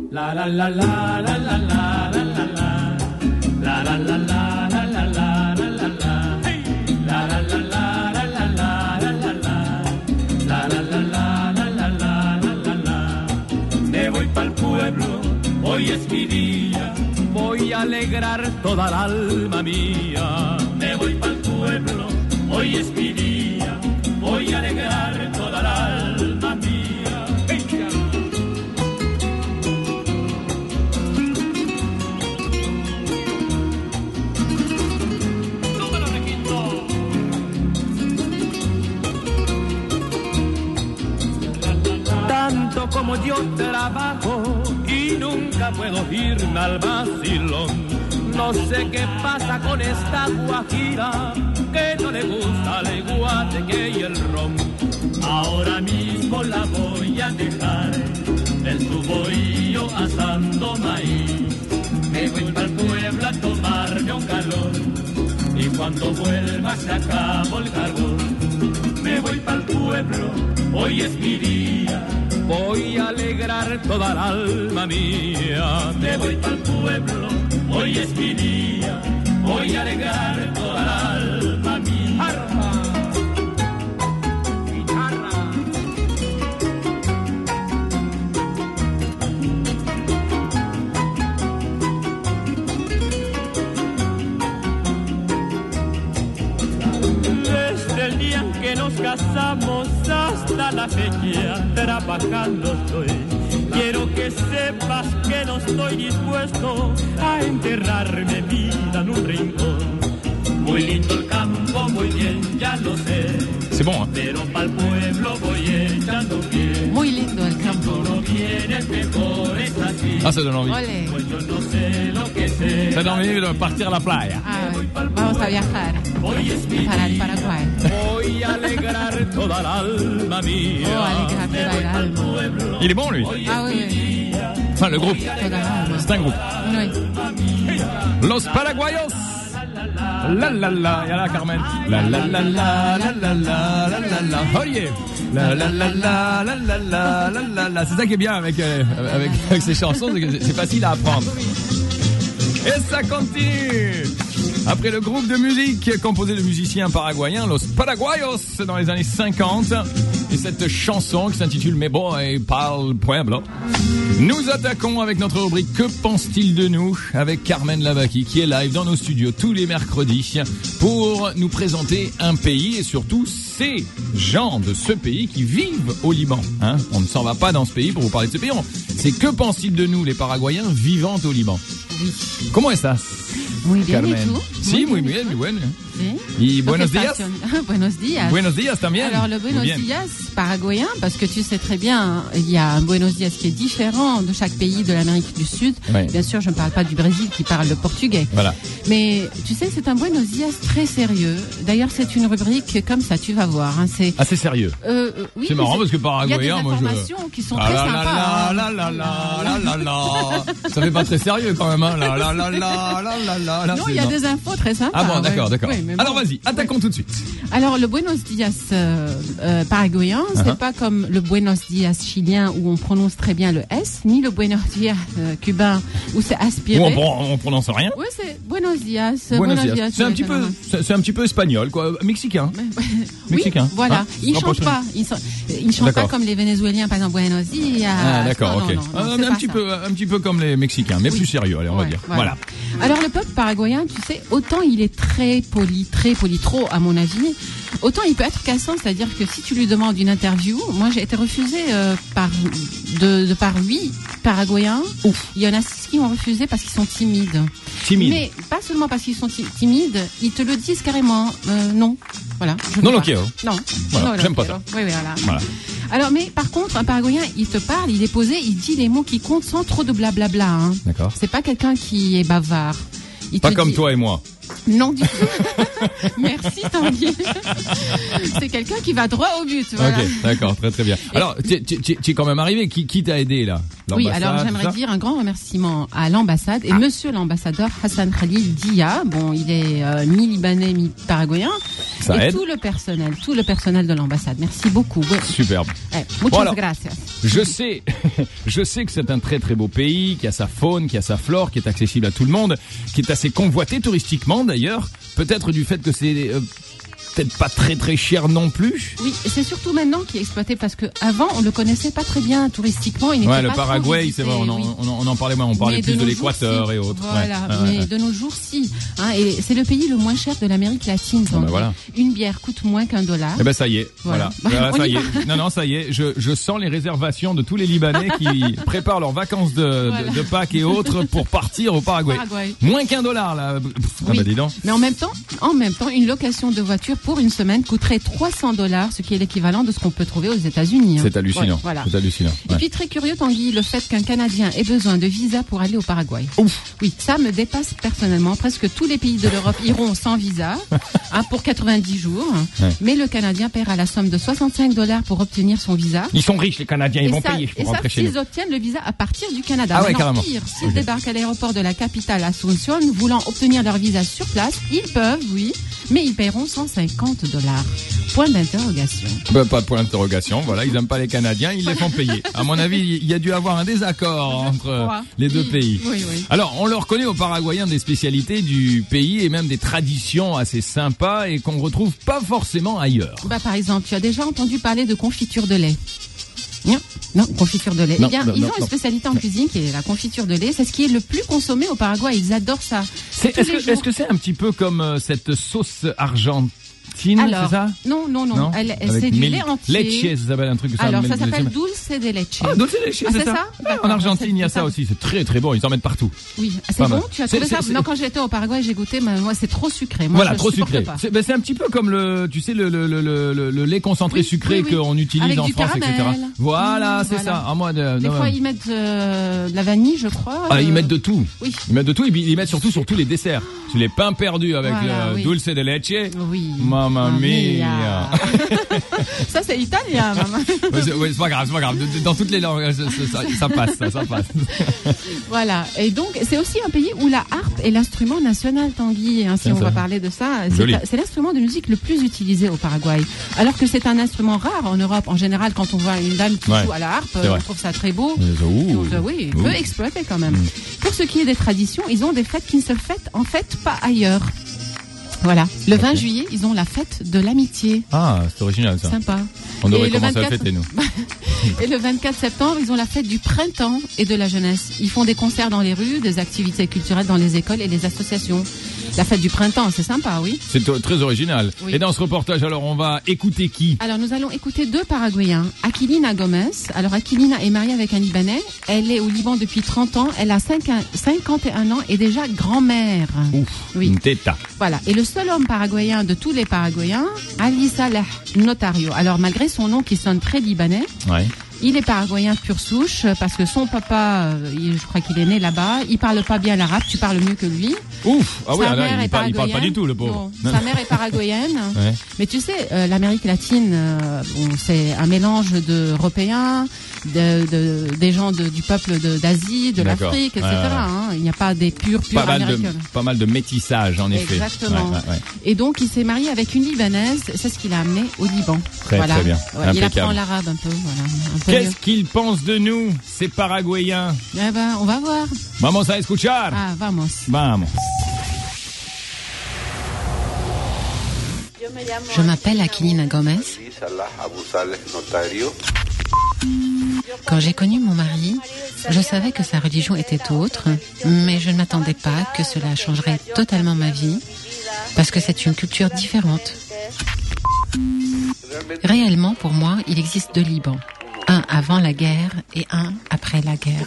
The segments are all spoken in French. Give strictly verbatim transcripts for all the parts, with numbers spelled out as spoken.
La la la la la la la la la la. La la la la la la la la la la. Hey. La la la la la la la la la la. La la la la la la la la la. Me voy pa'l pueblo, hoy es mi día. Voy a alegrar toda el alma mía. Me voy pa'l pueblo, hoy es mi día. Voy a alegrar toda el alma mía. Hey. Tanto como yo trabajo y nunca puedo irme al vacilón. No sé qué pasa con esta guajira, que no le gusta el guateque y el ron. Ahora mismo la voy a dejar en su bohío asando maíz. Me voy para el pueblo a tomarme un calor y cuando vuelva se acabó el carbón. Me voy para el pueblo, hoy es mi día. Voy a alegrar toda el alma mía. Me voy para el pueblo, hoy es mi día. Voy a alegrar toda el alma mía. Arma. Guitarra. Desde el día en que nos casamos hasta la fecha trabajando estoy. Quiero que sepas que no estoy dispuesto a enterrarme vida en un rincón. Muy lindo el campo, muy bien, ya lo sé. C'est bon, hein? Pero pa'l pueblo voy echando pie. Muy lindo el campo. No vienes mejor, es así. Ah, ça donne envie. Ole. Pues yo no sé lo que sé. Ça donne envie de partir à la playa. Ah, vamos a viajar Hoy es mi para el día. Paraguay. Voy a alegrar toda el alma mía. Oh, alegrar toda el alma. Il est bon, lui. Ah oui, oui. Enfin, le groupe. Toda el alma. C'est un groupe. Oui. Los Paraguayos. La la la, y a la Carmen. La la la la la la la la la la. Oh yeah. La la la la la la la la la la. C'est ça qui est bien avec euh, avec avec ces chansons, c'est que c'est- c'est facile à apprendre. Et ça continue. Après le groupe de musique composé de musiciens paraguayens, Los Paraguayos, dans les années cinquante, et cette chanson qui s'intitule Mais bon, et parle pueblo. Nous attaquons avec notre rubrique Que pense-t-il de nous avec Carmen Lavaki qui est live dans nos studios tous les mercredis pour nous présenter un pays et surtout ces gens de ce pays qui vivent au Liban. Hein, on ne s'en va pas dans ce pays pour vous parler de ce pays. On- C'est que pensent-ils de nous les Paraguayens vivant au Liban. Comment est-ce? Muy bien, ¿y Carmen. tú? Sí, muy bien, muy bien. Sí. Y Lo buenos que días. passion- Buenos días. Buenos días también. Alors le buenos Muy bien. días paraguayen, parce que tu sais très bien, il y a un buenos días qui est différent de chaque pays de l'Amérique du Sud. Oui. Bien sûr, je ne parle pas du Brésil qui parle le portugais. Voilà. Mais tu sais, c'est un buenos días très sérieux. D'ailleurs, c'est une rubrique comme ça, tu vas voir. Hein, c'est Assez sérieux. euh, euh, oui, C'est marrant mais parce que il y a des paraguayen, moi je. informations qui sont Ah très là là sympas. là hein. là là là là là là. Ça fait pas très sérieux quand même, hein. Là là là là là là là là. Non, c'est- il y a des infos très sympas. Ah bon, ouais. d'accord, d'accord. Oui, mais bon. Alors vas-y, attaquons tout de suite. Alors le buenos días euh, euh, paraguayen, c'est Uh-huh. pas comme le buenos días chilien où on prononce très bien le S, ni le buenos días euh, cubain où c'est Ou aspiré. on, pron- on prononce rien. Oui, c'est buenos días. Buenos buenos días. días, C'est un ouais, petit peu, généralement. c'est c'est un petit peu espagnol, quoi, mexicain. Oui, Mexicain. voilà. Hein, Ils rapproche- chantent pas. Ils, sont, ils chantent pas D'accord. comme les Vénézuéliens, par exemple, buenos días. Ah d'accord, Non, ok. non, non, un, c'est un pas petit ça. peu, un petit peu comme les Mexicains, mais Oui. plus sérieux, allez, on va Ouais, dire. voilà. Voilà. Alors le peuple paraguayen, tu sais, autant il est très poli, très poli, trop à mon avis, autant il peut être cassant, c'est-à-dire que si tu lui demandes une interview, moi j'ai été refusée euh, par de, de par huit Paraguayens. Ouf. Il y en a six qui ont refusé parce qu'ils sont timides. Timide. Mais pas seulement parce qu'ils sont ti- timides, ils te le disent carrément. Euh, non, voilà. je Non veux lo pas. quiero. Non, Voilà, non lo j'aime pas quiero. ça. Oui, oui, voilà. Voilà. Alors, mais par contre, un Paraguayen, il te parle, il est posé, il dit les mots qui comptent sans trop de blablabla. Hein. D'accord. C'est pas quelqu'un qui est bavard. Il Pas te comme dit- toi et moi. Non du tout. Merci Tanguy. C'est quelqu'un qui va droit au but. Voilà. Ok, d'accord, très très bien. Alors, tu es quand même arrivé. Qui, qui t'a aidé là? Oui, alors j'aimerais dire un grand remerciement à l'ambassade et ah. Monsieur l'ambassadeur Hassan Khalil Dia. Bon, il est euh, mi-libanais, mi-paraguayen. Ça et aide. tout le personnel, tout le personnel de l'ambassade. Merci beaucoup. Ouais. Superbe. Eh, muchas bon, alors, gracias. Je sais, je sais que c'est un très très beau pays, qui a sa faune, qui a sa flore, qui est accessible à tout le monde, qui est assez convoité touristiquement d'ailleurs. Peut-être du fait que c'est euh, peut-être pas très très cher non plus. Oui, c'est surtout maintenant qui est exploité parce que avant on le connaissait pas très bien touristiquement. Il ouais, le pas Paraguay, c'est vrai, on en, oui. on, en, on en parlait moins, on parlait mais plus de, de l'Équateur si. et autres. Voilà, ouais. mais ouais. de nos jours, si. Hein, et c'est le pays le moins cher de l'Amérique latine. Ah ben voilà. Une bière coûte moins qu'un dollar. Eh ben ça y est, voilà. voilà. Bah, ça y est. Non, non, ça y est. Je, je sens les réservations de tous les Libanais qui préparent leurs vacances de, voilà. de, de Pâques et autres pour partir au Paraguay. Paraguay. Moins qu'un dollar là. Oui. Ah bah dis donc. Mais en même temps, en même temps, une location de voiture pour une semaine coûterait trois cents dollars, ce qui est l'équivalent de ce qu'on peut trouver aux États-Unis. Hein. C'est hallucinant. Ouais, voilà. C'est hallucinant. Ouais. Et puis très curieux, Tanguy, le fait qu'un Canadien ait besoin de visa pour aller au Paraguay. Ouf. Oui, ça me dépasse personnellement. Presque tous les pays de l'Europe iront sans visa hein, pour quatre-vingt-dix jours. Ouais. Mais le Canadien paiera la somme de soixante-cinq dollars pour obtenir son visa. Ils sont riches, les Canadiens, ils et vont ça, payer pour et rentrer ça, chez nous. Ils obtiennent le visa à partir du Canada. Ah ouais, Maintenant, carrément. Pire, s'ils okay. débarquent à l'aéroport de la capitale Asunción, voulant obtenir leur visa sur place, ils peuvent, oui, mais ils paieront cent cinquante dollars. Point d'interrogation. Bah, pas de point d'interrogation, voilà, ils n'aiment pas les Canadiens, ils les font payer. À mon avis, il y a dû avoir un désaccord entre ouais. les deux pays. Oui, oui. Alors, on leur connaît aux Paraguayens des spécialités du pays et même des traditions assez sympas et qu'on retrouve pas forcément ailleurs. Bah, par exemple, tu as déjà entendu parler de confiture de lait? Non, non, confiture de lait. Non, eh bien, non, ils non, ont une non. spécialité en cuisine qui est la confiture de lait. C'est ce qui est le plus consommé au Paraguay. Ils adorent ça. C'est, est-ce, que, est-ce que c'est un petit peu comme euh, cette sauce argentine? Alors, c'est ça? Non, non, non. non Elle, elle, c'est du lait entier. Leche, ça s'appelle un truc. Ça, Alors, mel, ça s'appelle mel, dulce de leche. Ah, dulce de leche, ah, c'est, c'est ça, ça ouais, en Argentine, il y a ça, ça aussi. C'est très, très bon. Ils en mettent partout. Oui, c'est pas bon. mal. Tu as c'est, trouvé c'est, ça? c'est... Non, quand j'étais au Paraguay, j'ai goûté, mais moi, c'est trop sucré. Moi, voilà, je trop sucré. Pas. C'est, ben, c'est un petit peu comme le, tu sais, le, le, le, le, le lait concentré oui, sucré oui, oui. qu'on utilise avec en du France, caramel. et cetera. Voilà, mmh, c'est voilà. ça. Ah, moi, de, Des non, fois, même. ils mettent euh, de la vanille, je crois. Ah, euh... ils mettent de tout. Oui. Ils mettent de tout et puis ils mettent surtout sur tous les desserts. Sur les pains perdus avec voilà, le oui. dulce de leche. Oui. Mamma mia. Ça, c'est italien, maman. Ouais, c'est, ouais, c'est pas grave, c'est pas grave. Dans toutes les langues, ça, ça, ça passe, ça, ça passe. Voilà. Et donc, c'est aussi un pays où la harpe est l'instrument national, Tanguy. Hein, si c'est on ça. va parler de ça, c'est, c'est l'instrument de musique le plus utilisé au Paraguay. Alors que c'est un instrument rare en Europe. En général, quand on voit une dame qui ouais. joue à la harpe, c'est on vrai. trouve ça très beau. Ouh. Donc, oui, Ouh. peu exploité quand même. Mmh. Pour ce qui est des traditions, ils ont des fêtes qui ne se fêtent en fait pas ailleurs. Voilà. Le vingt okay. juillet, ils ont la fête de l'amitié. Ah, c'est original ça. Sympa. On devrait Et commencer le vingt-quatre... à le fêter, nous. Et le vingt-quatre septembre, ils ont la fête du printemps et de la jeunesse. Ils font des concerts dans les rues, des activités culturelles dans les écoles et les associations. La fête du printemps, c'est sympa, oui. C'est t- très original. Oui. Et dans ce reportage, alors, on va écouter qui? Alors, nous allons écouter deux Paraguayens. Aquilina Gomez. Alors, Aquilina est mariée avec un Libanais. Elle est au Liban depuis trente ans. Elle a cinquante et un ans et déjà grand-mère. Ouf, oui. Une teta. Voilà. Et le seul homme paraguayen de tous les Paraguayens, Ali Saleh Notario. Alors, malgré son nom qui sonne très libanais, ouais. il est paraguayen pure souche parce que son papa, il, je crois qu'il est né là-bas. Il parle pas bien l'arabe, tu parles mieux que lui. Ouf, ah oui, Sa là, mère il, est parle, il parle pas du tout, le pauvre. Non, non. Sa mère est paraguayenne. Ouais. Mais tu sais, euh, l'Amérique latine, euh, bon, c'est un mélange d'Européens, de, de, des gens de, du peuple de, d'Asie, de D'accord. l'Afrique, et cetera. Ouais, ouais. Hein. Il n'y a pas des purs, purs pas mal américains. De, pas mal de métissage, en effet. Exactement. Ouais, ouais, ouais. Et donc, il s'est marié avec une Libanaise. C'est ce qu'il a amené au Liban. Très, voilà. très bien. Ouais, il apprend l'arabe un peu. Voilà, un peu Qu'est-ce mieux. qu'ils pensent de nous, ces Paraguayens? Eh ben, on va voir. Vamos a escuchar. Ah, vamos. Vamos. Je m'appelle Aquilina Gomez. Quand j'ai connu mon mari, je savais que sa religion était autre, mais je ne m'attendais pas que cela changerait totalement ma vie, parce que c'est une culture différente. Réellement, pour moi, il existe deux Libans. Un avant la guerre et un après la guerre.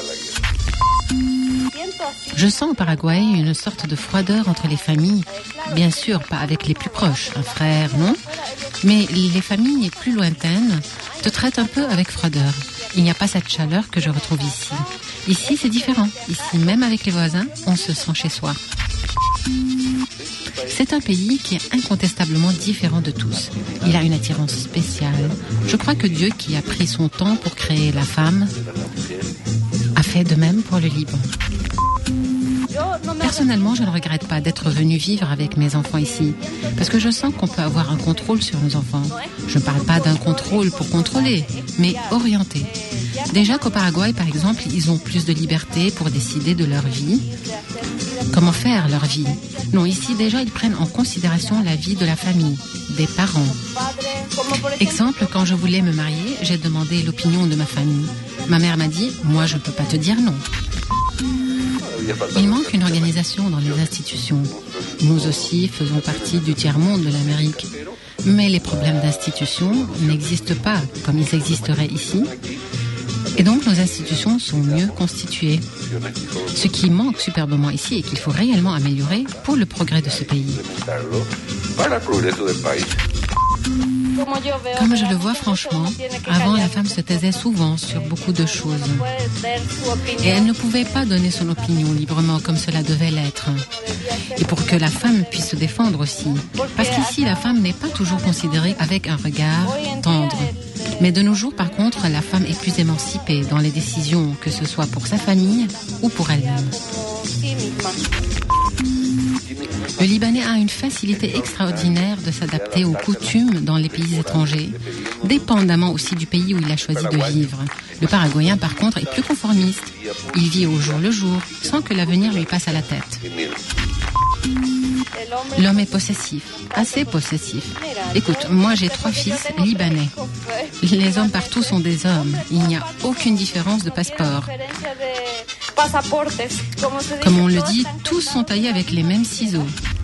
Je sens au Paraguay une sorte de froideur entre les familles. Bien sûr, pas avec les plus proches, un frère, non. Mais les familles plus lointaines te traitent un peu avec froideur. Il n'y a pas cette chaleur que je retrouve ici. Ici, c'est différent. Ici, même avec les voisins, on se sent chez soi. C'est un pays qui est incontestablement différent de tous. Il a une attirance spéciale. Je crois que Dieu, qui a pris son temps pour créer la femme, a fait de même pour le Liban. Personnellement, je ne regrette pas d'être venue vivre avec mes enfants ici, parce que je sens qu'on peut avoir un contrôle sur nos enfants. Je ne parle pas d'un contrôle pour contrôler, mais orienter. Déjà qu'au Paraguay, par exemple, ils ont plus de liberté pour décider de leur vie. Comment faire leur vie? Non, ici déjà, ils prennent en considération la vie de la famille, des parents. Exemple, quand je voulais me marier, j'ai demandé l'opinion de ma famille. Ma mère m'a dit, moi je ne peux pas te dire non. Il manque une organisation dans les institutions. Nous aussi faisons partie du tiers-monde de l'Amérique. Mais les problèmes d'institutions n'existent pas comme ils existeraient ici. Et donc nos institutions sont mieux constituées. Ce qui manque superbement ici et qu'il faut réellement améliorer pour le progrès de ce pays. Comme je le vois franchement, avant la femme se taisait souvent sur beaucoup de choses. Et elle ne pouvait pas donner son opinion librement comme cela devait l'être. Et pour que la femme puisse se défendre aussi. Parce qu'ici, la femme n'est pas toujours considérée avec un regard tendre. Mais de nos jours, par contre, la femme est plus émancipée dans les décisions, que ce soit pour sa famille ou pour elle-même. Le Libanais a une facilité extraordinaire de s'adapter aux coutumes dans les pays étrangers, dépendamment aussi du pays où il a choisi de vivre. Le Paraguayen, par contre, est plus conformiste. Il vit au jour le jour, sans que l'avenir lui passe à la tête. L'homme est possessif, assez possessif. Écoute, moi j'ai trois fils libanais. Les hommes partout sont des hommes. Il n'y a aucune différence de passeport. Comme on le dit, tous sont taillés avec les mêmes ciseaux.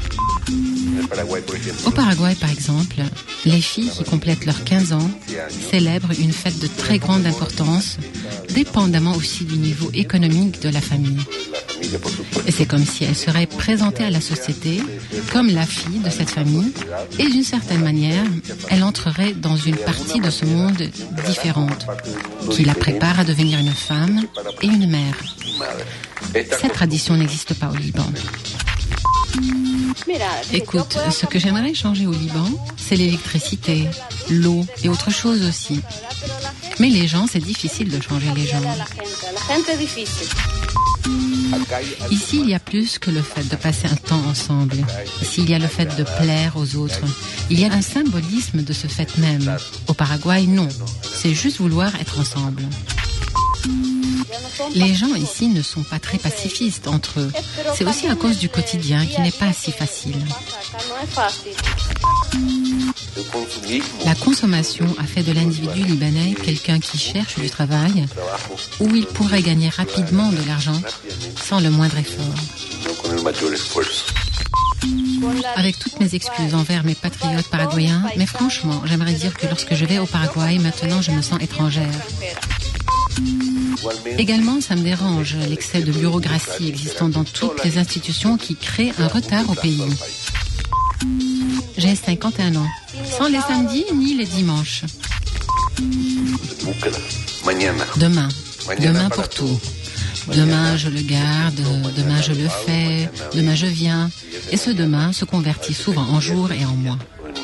Au Paraguay, par exemple, les filles qui complètent leurs quinze ans célèbrent une fête de très grande importance, dépendamment aussi du niveau économique de la famille. Et c'est comme si elle serait présentée à la société comme la fille de cette famille, et d'une certaine manière, elle entrerait dans une partie de ce monde différente, qui la prépare à devenir une femme et une mère. Cette tradition n'existe pas au Liban. Écoute, ce que j'aimerais changer au Liban, c'est l'électricité, l'eau et autre chose aussi. Mais les gens, c'est difficile de changer les gens. Ici, il y a plus que le fait de passer un temps ensemble. Ici, il y a le fait de plaire aux autres. Il y a un symbolisme de ce fait même. Au Paraguay, non. C'est juste vouloir être ensemble. Les gens ici ne sont pas très pacifistes entre eux. C'est aussi à cause du quotidien qui n'est pas si facile. La consommation a fait de l'individu libanais quelqu'un qui cherche du travail où il pourrait gagner rapidement de l'argent sans le moindre effort. Avec toutes mes excuses envers mes patriotes paraguayens, mais franchement, j'aimerais dire que lorsque je vais au Paraguay, maintenant je me sens étrangère. Également, ça me dérange l'excès de bureaucratie existant dans toutes les institutions qui crée un retard au pays. J'ai cinquante et un ans, sans les samedis ni les dimanches. Demain, demain pour tout. Demain je le garde, demain je le fais, demain je viens. Et ce demain se convertit souvent en jour et en mois.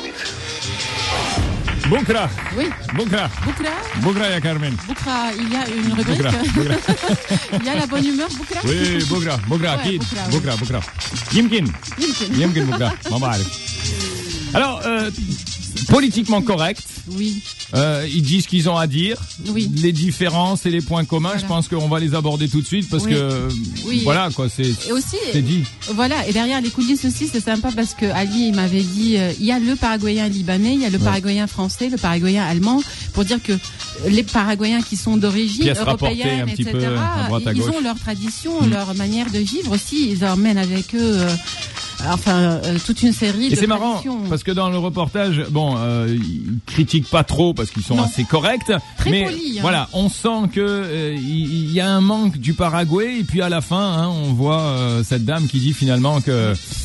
Boukra. Oui. Boukra. Boukra. Boukra, ya Carmen. Boukra, il y a une rubrique. Boukra, Boukra. Il y a la bonne humeur, Boukra. Oui, Boukra, Boukra, Ouais, qui Boukra, oui. Boukra, Boukra. Yimkin. Yimkin. Yimkin, Boukra. Bon, bah, allez. Alors, euh, politiquement correct. Oui. Euh, ils disent ce qu'ils ont à dire. Oui. Les différences et les points communs, Voilà. je pense qu'on va les aborder tout de suite parce Oui. que Oui. voilà quoi, c'est Et aussi, c'est dit. voilà, et derrière les coulisses aussi, c'est sympa parce que Ali il m'avait dit, euh, il y a le Paraguayen libanais, il y a le Ouais. Paraguayen français, le Paraguayen allemand, pour dire que les Paraguayens qui sont d'origine Pièces rapportées européenne, un petit et cetera, peu à droite, à ils gauche. ont leur tradition, Mm. leur manière de vivre aussi, ils emmènent avec eux, euh, enfin, euh, toute une série de Et c'est marrant traditions. parce que dans le reportage, bon, euh, ils critiquent pas trop parce qu'ils sont Non. assez corrects, Très mais polis, hein. voilà, on sent que euh, il y, y a un manque du Paraguay et puis à la fin, hein, on voit euh, cette dame qui dit finalement que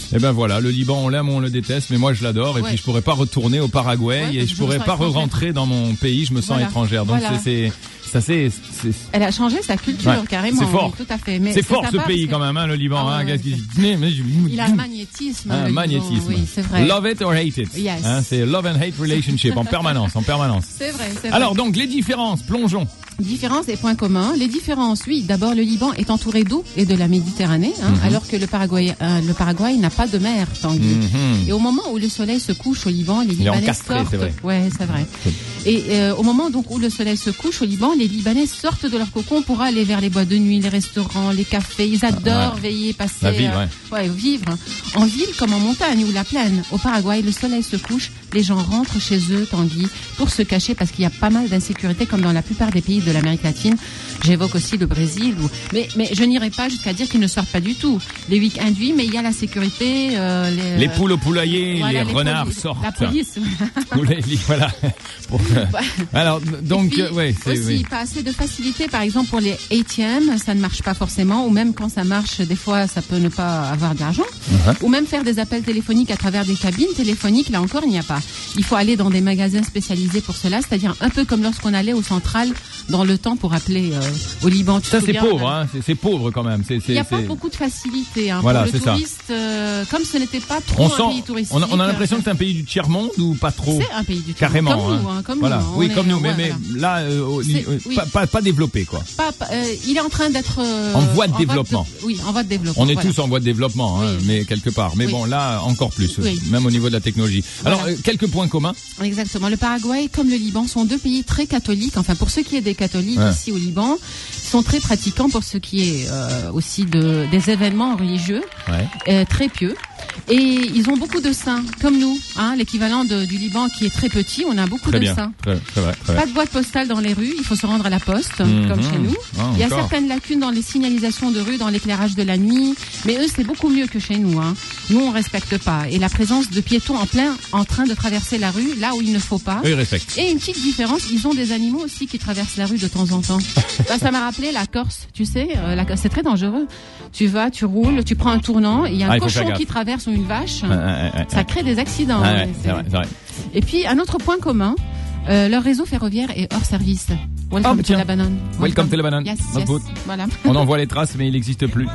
Et ben voilà, le Liban, on l'aime ou on le déteste, mais moi je l'adore. Et Ouais. puis je pourrais pas retourner au Paraguay Ouais, et je je me pourrais sens pas étrangère. rentrer dans mon pays, je me sens Voilà. étrangère. Donc Voilà. c'est, c'est, ça c'est, c'est, Elle a changé sa culture Ouais, carrément. c'est fort. Oui, tout à fait. Mais c'est fort ce sympa pays parce quand même, hein, le Liban. Ah hein, ouais, qu'est-ce ouais, qu'il- mais, mais, Il a un magnétisme. un le Liban. magnétisme. Oui, c'est vrai. Love it or hate it. Yes. Hein, c'est love and hate relationship en permanence, en permanence. C'est vrai, c'est vrai. Alors donc les différences, plongeons. Différences et points communs. Les différences, oui. D'abord, le Liban est entouré d'eau et de la Méditerranée, hein, Mhm. alors que le Paraguay, euh, le Paraguay n'a pas de mer, Tanguy. Mhm. Et au moment où le soleil se couche au Liban, les est Libanais encastré, sortent. c'est vrai. Ouais, c'est vrai. Et euh, au moment donc où le soleil se couche au Liban, les Libanais sortent de leur cocon pour aller vers les boîtes de nuit, les restaurants, les cafés. Ils adorent Ouais. veiller, passer, La ville, euh, ouais, vivre hein. En ville comme en montagne ou la plaine. Au Paraguay, le soleil se couche, les gens rentrent chez eux, Tanguy, pour se cacher parce qu'il y a pas mal d'insécurité comme dans la plupart des pays de l'Amérique latine. J'évoque aussi le Brésil, où... mais, mais je n'irai pas jusqu'à dire qu'ils ne sortent pas du tout. Les week-ends, oui, mais il y a la sécurité. Euh, les, Les poules au poulailler, voilà, les, renards poli- sortent. La police. Ou les- les- voilà. Pour- Alors donc, Et puis, euh, ouais, c'est aussi, oui. pas assez de facilité, par exemple, pour les A T M, ça ne marche pas forcément, ou même quand ça marche, des fois, ça peut ne pas avoir d'argent, Uh-huh. ou même faire des appels téléphoniques à travers des cabines téléphoniques, là encore, il n'y a pas. Il faut aller dans des magasins spécialisés pour cela, c'est-à-dire un peu comme lorsqu'on allait aux centrales dans le temps pour appeler euh, au Liban. Tu Ça te c'est souviens, pauvre, on a- hein. c'est, c'est pauvre quand même. C'est, Il c'est, n'y a pas c'est- beaucoup de facilité hein, Voilà, pour c'est le ça. touriste, euh, comme ce n'était pas trop On un sent, pays touristique. on a, on a l'impression euh, que c'est un pays du tiers-monde ou pas trop. c'est un pays du Carrément, comme hein. nous, hein, comme Voilà. nous. hein. Oui, On comme est- nous, mais, ouais, mais voilà. là, euh, au- C'est- euh, oui. pas, pas, pas développé quoi. Pas- pas- euh, il est en train d'être euh, En voie de en développement. oui, en voie de développement. On est voilà. tous en voie de développement, hein, Oui. mais quelque part. Mais Oui. bon, là encore plus, Oui. même au niveau de la technologie. Alors, Voilà. euh, quelques points communs. Exactement. Le Paraguay, comme le Liban, sont deux pays très catholiques. Enfin, pour ce qui est des catholiques Ouais. ici au Liban, ils sont très pratiquants pour ce qui est euh, aussi de des événements religieux, Ouais. euh, très pieux. Et ils ont beaucoup de saints, comme nous, hein, l'équivalent de- du Liban qui est très petit. On a beaucoup Très de bien. saints. Très, très vrai, très Pas vrai. de boîte postale dans les rues, il faut se rendre à la poste, Mhm. comme chez nous. Ah, Il y a encore. certaines lacunes dans les signalisations de rue, dans l'éclairage de la nuit, mais eux, c'est beaucoup mieux que chez nous. Hein. Nous, on respecte pas. Et la présence de piétons en plein, en train de traverser la rue, là où il ne faut pas. Eux, ils respectent. Et une petite différence, ils ont des animaux aussi qui traversent la rue de temps en temps. Ben, ça m'a rappelé la Corse, tu sais, euh, la, c'est très dangereux. Tu vas, tu roules, tu prends un tournant, il y a un Ah, il faut faire cochon gaffe. qui traverse ou une vache, Ouais, ouais, ouais, ouais. ça crée des accidents. Ah, hein, ouais, c'est- c'est vrai, c'est vrai. Et puis, un autre point commun, euh, leur réseau ferroviaire est hors service. Welcome Ah, mais to tiens. Lebanon. Welcome to Lebanon. Yes, Not yes. good. Voilà. On en voit les traces, mais il n'existe plus.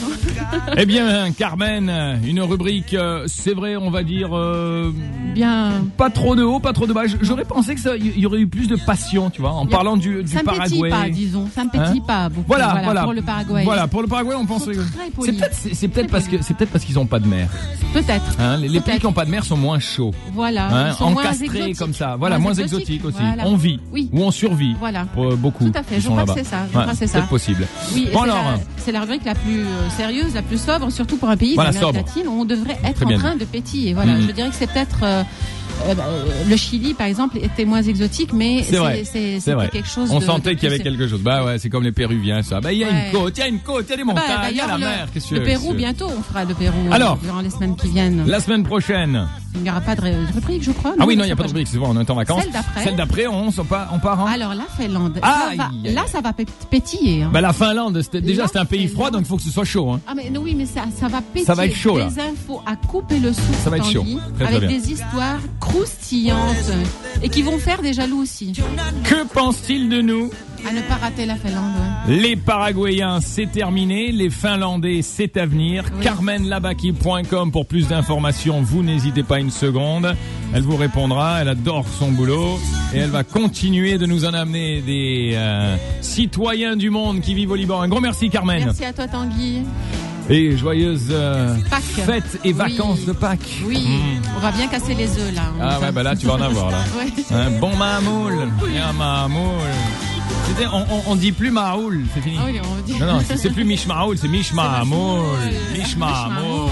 Eh bien, Carmen, une rubrique, euh, c'est vrai, on va dire, euh, Bien. pas trop de haut, pas trop de bas. J'aurais pensé que ça, il y aurait eu plus de passion, tu vois, en Il y a- parlant du, du Ça ne pétille Paraguay. pas, disons. Ça ne pétille Hein pas beaucoup. Voilà, voilà, Pour le Paraguay. Voilà, pour le Paraguay, on pense. Ils sont très C'est polis. peut-être, c'est, c'est peut-être Très parce que, c'est peut-être parce qu'ils ont pas de mer. Peut-être. Hein, les, les pays Peut-être. qui n'ont pas de mer sont moins chauds, Voilà. hein, Ils sont moins encastrés exotiques. comme ça. Voilà, moins, exotiques aussi. Voilà. On vit Oui. ou on survit. Voilà. Pour euh, beaucoup. Tout à fait, qui je sont crois que là-bas. c'est ça, je Ouais, crois que c'est ça. peut-être possible. Oui, et Bon c'est alors. la, c'est la rubrique la plus euh, sérieuse, la plus sobre, surtout pour un pays Voilà, de l'Amérique sobre. latine où on devrait être Très en bien train de pétiller. Voilà, Mhm. je dirais que c'est peut-être euh, euh, bah, euh, le Chili, par exemple, était moins exotique, mais C'est vrai, c'est, c'est c'était vrai. quelque chose. On de, sentait de qu'il y avait plus- quelque chose. Bah ouais, c'est comme les Péruviens, ça. Bah il y a Ouais. une côte, il y a une côte, il y a des Bah, montagnes, il y a d'ailleurs, la le, mer. Qu'est-ce que le tu- Pérou, qu'est-ce que- bientôt, on fera le Pérou. euh, Alors. durant les semaines qui viennent. La semaine prochaine. Il n'y aura pas de ré- de rubrique, je crois. Ah oui, non, il n'y a la pas de semaine rubrique, c'est bon, on est en vacances. Celle d'après. Celle d'après, on, on, part, on part en. Alors la Finlande, Aïe, ça va- aïe, là aïe. ça va pé- pétiller. Hein. Bah la Finlande, c'était, déjà La c'est un pays froid, Finlande. donc il faut que ce soit chaud. Hein. Ah mais non, oui, mais ça, ça va pétiller. Ça va être chaud, là. Des infos à couper le souffle, Ça va être chaud. Tanguy, Très, très avec bien. des histoires croustillantes et qui vont faire des jaloux aussi. Que pense-t-il de nous? À ne pas rater la Finlande. ouais. Les Paraguayens, c'est terminé. Les Finlandais, c'est à venir. Oui. carmen labaki point com pour plus d'informations. Vous n'hésitez pas une seconde. Elle vous répondra. Elle adore son boulot. Et elle va continuer de nous en amener des euh, citoyens du monde qui vivent au Liban. Un gros merci, Carmen. Merci à toi Tanguy. Et joyeuses euh, Pâques. fêtes et vacances Oui. de Pâques. Oui, Mmh. on va bien casser les œufs là. Ah ouais, bah là, tu vas en avoir, là. Ouais. Un bon mamoul. Un mamoul. C'était- On, on, on dit plus maoul, c'est fini. Ah oui, on dit. Non, non, c'est, c'est plus Mich Maoul, c'est Mich Mamoul. Mich Mamoul.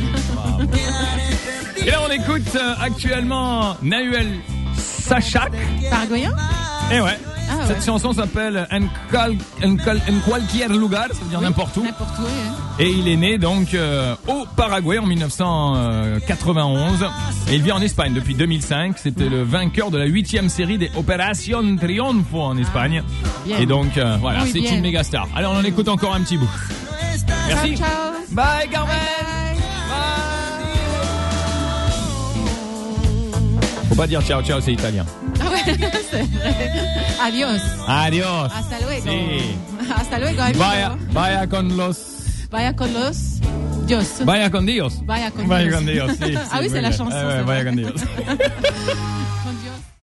Et là, on écoute euh, actuellement Nahuel Sachak. Paraguayen. Et ouais. Ah ouais. Cette chanson s'appelle En, cal, en, cal, en cualquier lugar, ça veut dire Oui, n'importe où. N'importe où. hein. Et il est né donc euh, au Paraguay en dix-neuf cent quatre-vingt-onze. Et il vit en Espagne depuis deux mille cinq. C'était le vainqueur de la huitième série des Operación Triunfo en Espagne. Bien. Et donc euh, voilà, Oui, c'est bien. une méga star. Allez, on en écoute encore un petit bout. Merci. Ciao, ciao. Bye Carmen. Bye, bye. Bye. Faut pas dire ciao ciao, c'est italien. Ah ouais, c'est vrai. Adios. Adios. Hasta luego. Sí. Hasta luego, amigo. Vaya, vaya con los... Vaya con los Dios. Vaya con Dios. Vaya con Vaya Dios. con Dios, sí. Ah oui, muy c'est la bien. chanson. Eh, ouais, c'est vaya vrai. con Dios.